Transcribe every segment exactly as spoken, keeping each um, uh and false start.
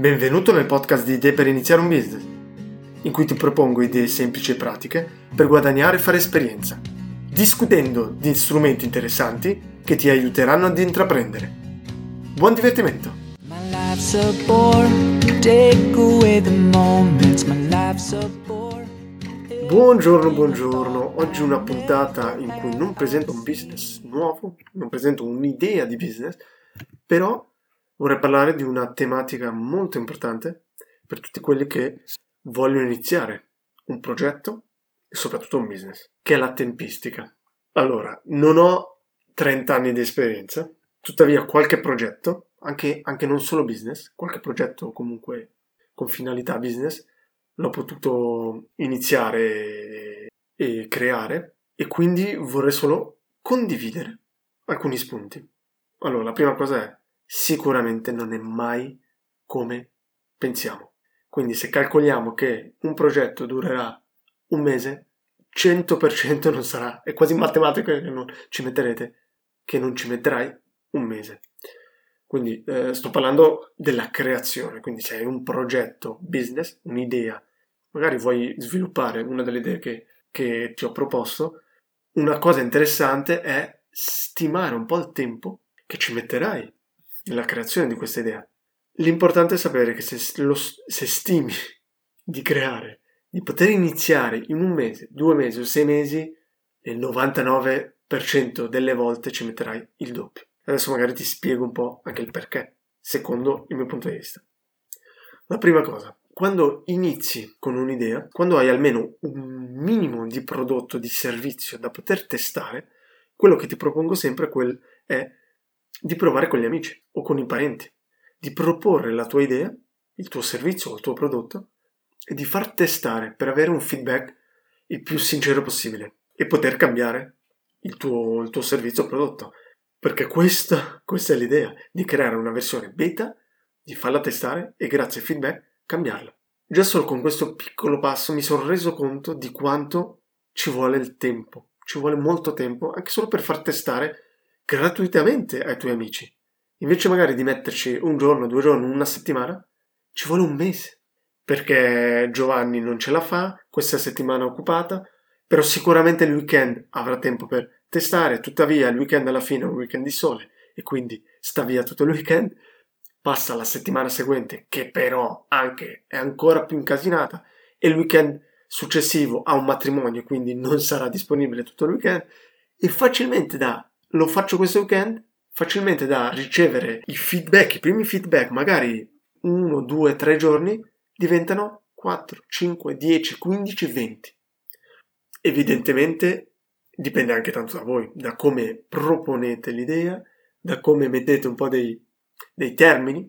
Benvenuto nel podcast di Idee per iniziare un business, in cui ti propongo idee semplici e pratiche per guadagnare e fare esperienza, discutendo di strumenti interessanti che ti aiuteranno ad intraprendere. Buon divertimento! Buongiorno, buongiorno. Oggi una puntata in cui non presento un business nuovo, non presento un'idea di business, però vorrei parlare di una tematica molto importante per tutti quelli che vogliono iniziare un progetto e soprattutto un business, che è la tempistica. Allora, non ho trenta anni di esperienza, tuttavia qualche progetto, anche, anche non solo business, qualche progetto comunque con finalità business, l'ho potuto iniziare e creare e quindi vorrei solo condividere alcuni spunti. Allora, la prima cosa è sicuramente non è mai come pensiamo. Quindi se calcoliamo che un progetto durerà un mese, cento per cento non sarà, è quasi matematica che non ci metterete, che non ci metterai un mese. Quindi eh, sto parlando della creazione, quindi se hai un progetto business, un'idea, magari vuoi sviluppare una delle idee che, che ti ho proposto, una cosa interessante è stimare un po' il tempo che ci metterai nella creazione di questa idea. L'importante è sapere che se, lo, se stimi di creare, di poter iniziare in un mese, due mesi o sei mesi, il novantanove per cento delle volte ci metterai il doppio. Adesso magari ti spiego un po' anche il perché, secondo il mio punto di vista. La prima cosa, quando inizi con un'idea, quando hai almeno un minimo di prodotto, di servizio da poter testare, quello che ti propongo sempre è di provare con gli amici o con i parenti, di proporre la tua idea, il tuo servizio o il tuo prodotto e di far testare per avere un feedback il più sincero possibile e poter cambiare il tuo, il tuo servizio o prodotto. Perché questa, questa è l'idea, di creare una versione beta, di farla testare e grazie al feedback cambiarla. Già solo con questo piccolo passo mi sono reso conto di quanto ci vuole il tempo, ci vuole molto tempo anche solo per far testare gratuitamente ai tuoi amici. Invece magari di metterci un giorno, due giorni, una settimana, ci vuole un mese. Perché Giovanni non ce la fa, questa settimana è occupata, però sicuramente il weekend avrà tempo per testare, tuttavia il weekend alla fine è un weekend di sole e quindi sta via tutto il weekend, passa la settimana seguente che però anche è ancora più incasinata e il weekend successivo ha un matrimonio quindi non sarà disponibile tutto il weekend e facilmente da lo faccio questo weekend, facilmente da ricevere i feedback, i primi feedback, magari uno, due, tre giorni, diventano quattro, cinque, dieci, quindici, venti. Evidentemente dipende anche tanto da voi, da come proponete l'idea, da come mettete un po' dei, dei termini.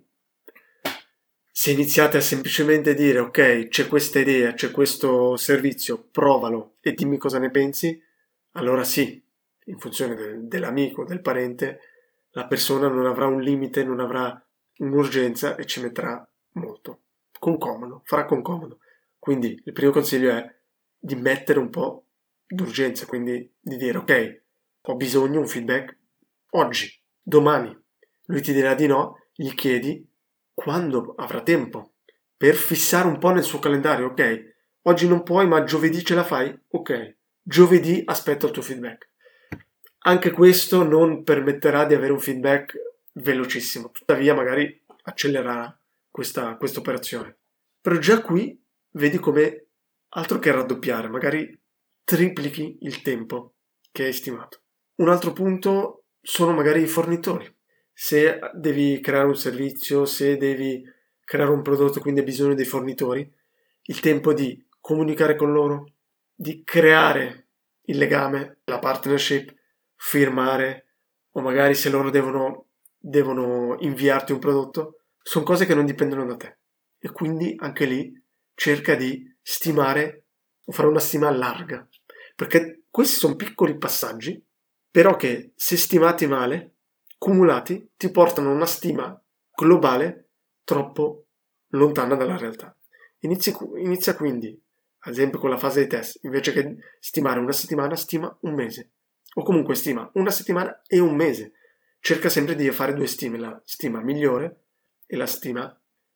Se iniziate a semplicemente dire ok, c'è questa idea, c'è questo servizio, provalo e dimmi cosa ne pensi, allora sì, in funzione del, dell'amico, del parente, la persona non avrà un limite, non avrà un'urgenza e ci metterà molto. Con comodo, farà con comodo. Quindi il primo consiglio è di mettere un po' d'urgenza, quindi di dire ok, ho bisogno di un feedback oggi, domani. Lui ti dirà di no, gli chiedi quando avrà tempo per fissare un po' nel suo calendario, ok, oggi non puoi ma giovedì ce la fai? Ok, giovedì aspetto il tuo feedback. Anche questo non permetterà di avere un feedback velocissimo, tuttavia magari accelererà questa, questa operazione. Però già qui vedi come altro che raddoppiare, magari triplichi il tempo che hai stimato. Un altro punto sono magari i fornitori. Se devi creare un servizio, se devi creare un prodotto, quindi hai bisogno dei fornitori, il tempo di comunicare con loro, di creare il legame, la partnership, firmare, o magari se loro devono, devono inviarti un prodotto, sono cose che non dipendono da te. E quindi anche lì cerca di stimare o fare una stima larga, perché questi sono piccoli passaggi, però che se stimati male, cumulati, ti portano a una stima globale troppo lontana dalla realtà. Inizia, inizia quindi, ad esempio con la fase di test, invece che stimare una settimana, stima un mese. O comunque stima una settimana e un mese. Cerca sempre di fare due stime, la stima migliore e la stima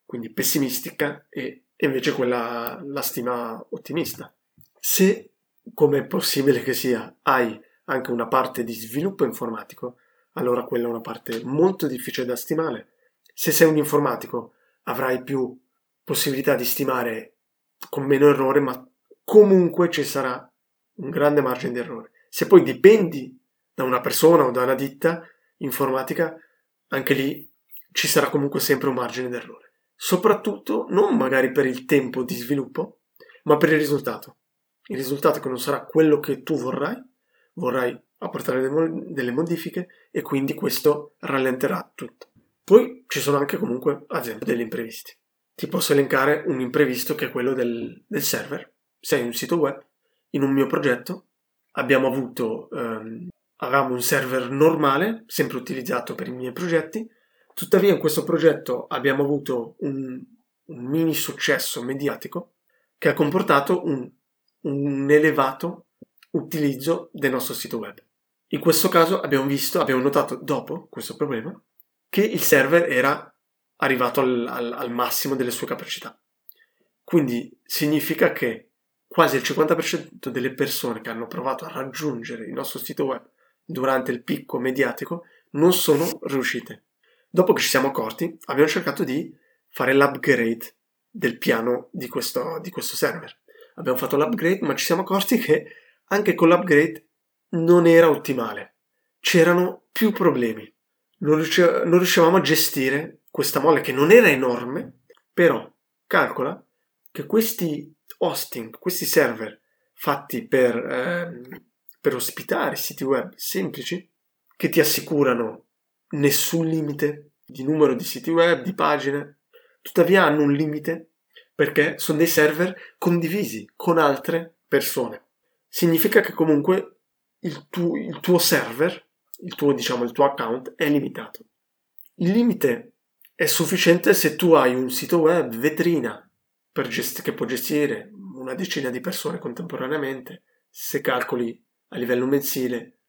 quindi pessimistica, e invece quella la stima ottimista. Se, come è possibile che sia, hai anche una parte di sviluppo informatico, allora quella è una parte molto difficile da stimare. Se sei un informatico avrai più possibilità di stimare con meno errore, ma comunque ci sarà un grande margine di errore. Se poi dipendi da una persona o da una ditta informatica, anche lì ci sarà comunque sempre un margine d'errore. Soprattutto non magari per il tempo di sviluppo, ma per il risultato. Il risultato che non sarà quello che tu vorrai, vorrai apportare delle modifiche e quindi questo rallenterà tutto. Poi ci sono anche comunque, ad esempio, degli imprevisti. Ti posso elencare un imprevisto che è quello del, del server. Sei un sito web, in un mio progetto abbiamo avuto, ehm, avevamo un server normale, sempre utilizzato per i miei progetti, tuttavia in questo progetto abbiamo avuto un, un mini successo mediatico che ha comportato un, un elevato utilizzo del nostro sito web. In questo caso abbiamo visto, abbiamo notato dopo questo problema, che il server era arrivato al, al, al massimo delle sue capacità. Quindi significa che quasi il cinquanta per cento delle persone che hanno provato a raggiungere il nostro sito web durante il picco mediatico non sono riuscite. Dopo che ci siamo accorti, abbiamo cercato di fare l'upgrade del piano di questo, di questo server. Abbiamo fatto l'upgrade, ma ci siamo accorti che anche con l'upgrade non era ottimale. C'erano più problemi. Non, riusciv- non riuscivamo a gestire questa mole che non era enorme, però calcola che questi hosting, questi server fatti per, ehm, per ospitare siti web semplici, che ti assicurano nessun limite di numero di siti web, di pagine, tuttavia hanno un limite perché sono dei server condivisi con altre persone. Significa che comunque il, tu- il tuo server, il tuo, diciamo, il tuo account è limitato. Il limite è sufficiente se tu hai un sito web vetrina per gest- che può gestire una decina di persone contemporaneamente. Se calcoli a livello mensile,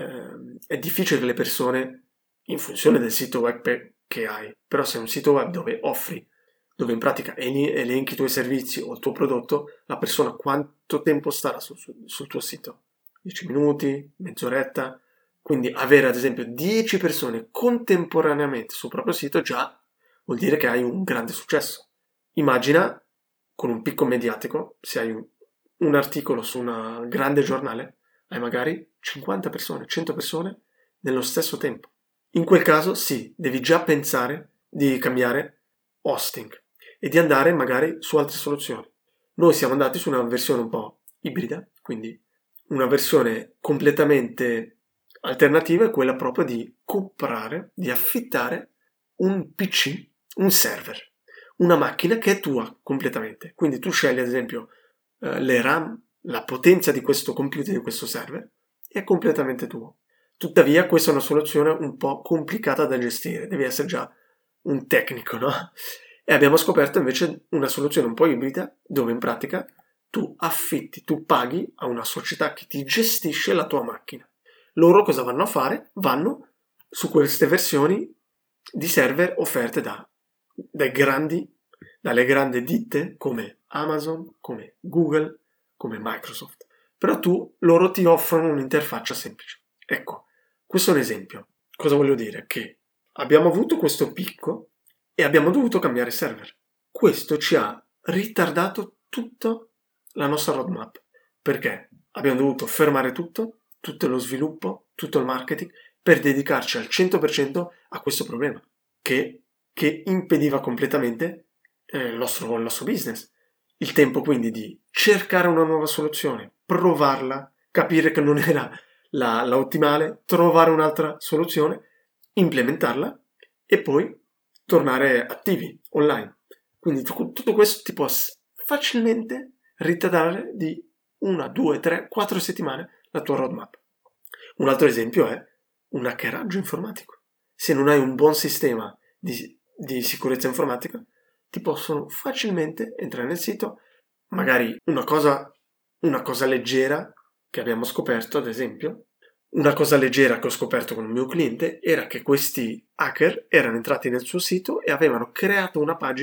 eh, è difficile che le persone, in funzione del sito web che hai, però se è un sito web dove offri, dove in pratica elenchi i tuoi servizi o il tuo prodotto, la persona quanto tempo starà sul, sul tuo sito? dieci minuti, mezz'oretta? Quindi avere ad esempio dieci persone contemporaneamente sul proprio sito già vuol dire che hai un grande successo. Immagina con un picco mediatico, se hai un, un articolo su una grande giornale, hai magari cinquanta persone, cento persone nello stesso tempo. In quel caso sì, devi già pensare di cambiare hosting e di andare magari su altre soluzioni. Noi siamo andati su una versione un po' ibrida, quindi una versione completamente alternativa è quella proprio di comprare, di affittare un P C, un server, una macchina che è tua completamente. Quindi tu scegli ad esempio eh, le RAM, la potenza di questo computer, di questo server, è completamente tuo. Tuttavia questa è una soluzione un po' complicata da gestire, devi essere già un tecnico, no? E abbiamo scoperto invece una soluzione un po' ibrida, dove in pratica tu affitti, tu paghi a una società che ti gestisce la tua macchina. Loro cosa vanno a fare? Vanno su queste versioni di server offerte da, dai grandi, dalle grandi ditte come Amazon, come Google, come Microsoft. Però tu, loro ti offrono un'interfaccia semplice. Ecco, questo è un esempio. Cosa voglio dire? Che abbiamo avuto questo picco e abbiamo dovuto cambiare server. Questo ci ha ritardato tutta la nostra roadmap. Perché abbiamo dovuto fermare tutto, tutto lo sviluppo, tutto il marketing, per dedicarci al cento per cento a questo problema, che, che impediva completamente eh, il, nostro, il nostro business. Il tempo quindi di cercare una nuova soluzione, provarla, capire che non era la, la ottimale, trovare un'altra soluzione, implementarla e poi tornare attivi online. Quindi tutto questo ti può facilmente ritardare di una, due, tre, quattro settimane la tua roadmap. Un altro esempio è un hackeraggio informatico. Se non hai un buon sistema di, di sicurezza informatica, ti possono facilmente entrare nel sito, magari una cosa, una cosa leggera che abbiamo scoperto, ad esempio, una cosa leggera che ho scoperto con un mio cliente era che questi hacker erano entrati nel suo sito e avevano creato una pagina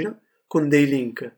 con dei link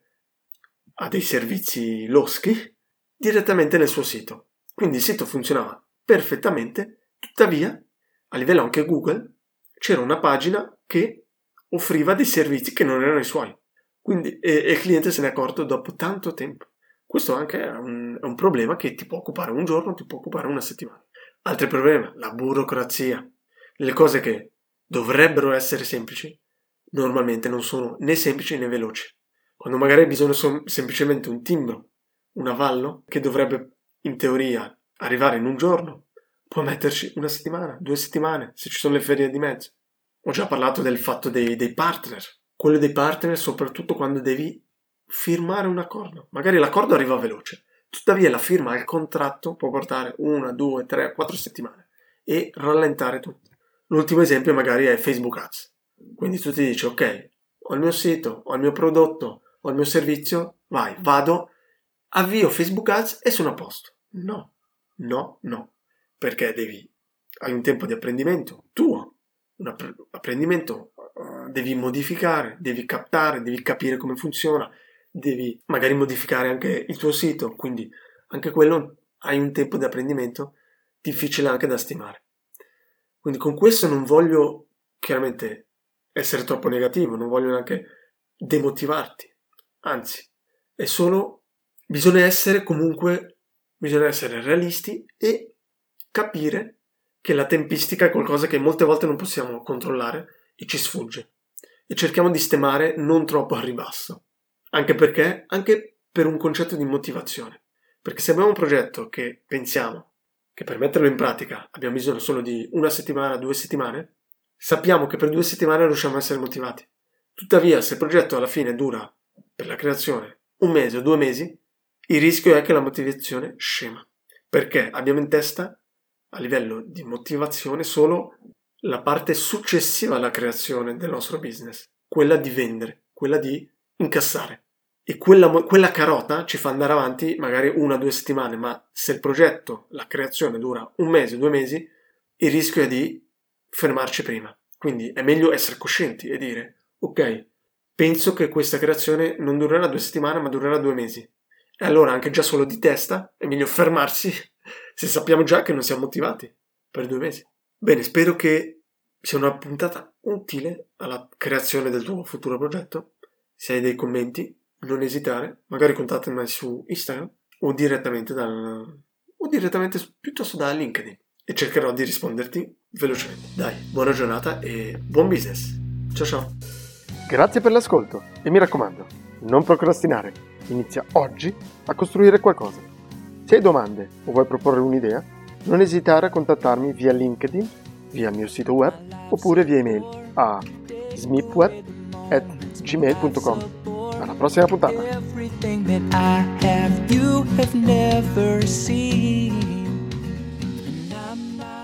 a dei servizi loschi direttamente nel suo sito. Quindi il sito funzionava perfettamente, tuttavia a livello anche Google c'era una pagina che offriva dei servizi che non erano i suoi. Quindi, e, e il cliente se ne è accorto dopo tanto tempo. Questo anche è un, è un problema che ti può occupare un giorno, ti può occupare una settimana. Altro problema, la burocrazia. Le cose che dovrebbero essere semplici, normalmente non sono né semplici né veloci. Quando magari hai bisogno som- semplicemente un timbro, un avallo, che dovrebbe in teoria arrivare in un giorno, può metterci una settimana, due settimane, se ci sono le ferie di mezzo. Ho già parlato del fatto dei, dei partner. Quello dei partner soprattutto quando devi firmare un accordo. Magari l'accordo arriva veloce, tuttavia la firma al contratto può portare una, due, tre, quattro settimane e rallentare tutto. L'ultimo esempio magari è Facebook Ads. Quindi tu ti dici, ok, ho il mio sito, ho il mio prodotto, ho il mio servizio, vai, vado, avvio Facebook Ads e sono a posto. No, no, no, perché devi, hai un tempo di apprendimento tuo, un apprendimento, uh, devi modificare, devi captare, devi capire come funziona, devi magari modificare anche il tuo sito, quindi anche quello hai un tempo di apprendimento difficile anche da stimare. Quindi con questo non voglio chiaramente essere troppo negativo, non voglio neanche demotivarti, anzi, è solo, bisogna essere comunque, bisogna essere realisti e capire che la tempistica è qualcosa che molte volte non possiamo controllare e ci sfugge. E cerchiamo di stemare non troppo al ribasso. Anche perché, anche per un concetto di motivazione. Perché se abbiamo un progetto che pensiamo che per metterlo in pratica abbiamo bisogno solo di una settimana, due settimane, sappiamo che per due settimane riusciamo a essere motivati. Tuttavia, se il progetto alla fine dura per la creazione un mese o due mesi, il rischio è che la motivazione scema. Perché abbiamo in testa, a livello di motivazione, solo la parte successiva alla creazione del nostro business, quella di vendere, quella di incassare. E quella, quella carota ci fa andare avanti magari una o due settimane, ma se il progetto, la creazione dura un mese, due mesi, il rischio è di fermarci prima. Quindi è meglio essere coscienti e dire, ok, penso che questa creazione non durerà due settimane, ma durerà due mesi. E allora anche già solo di testa è meglio fermarsi se sappiamo già che non siamo motivati per due mesi. Bene, spero che sia una puntata utile alla creazione del tuo futuro progetto. Se hai dei commenti, non esitare, magari contattami su Instagram o direttamente dal o direttamente piuttosto da LinkedIn e cercherò di risponderti velocemente. Dai, buona giornata e buon business. Ciao ciao. Grazie per l'ascolto e mi raccomando, non procrastinare. Inizia oggi a costruire qualcosa. Se hai domande o vuoi proporre un'idea, non esitare a contattarmi via LinkedIn, via il mio sito web oppure via email a smipweb at gmail punto com. Alla prossima puntata.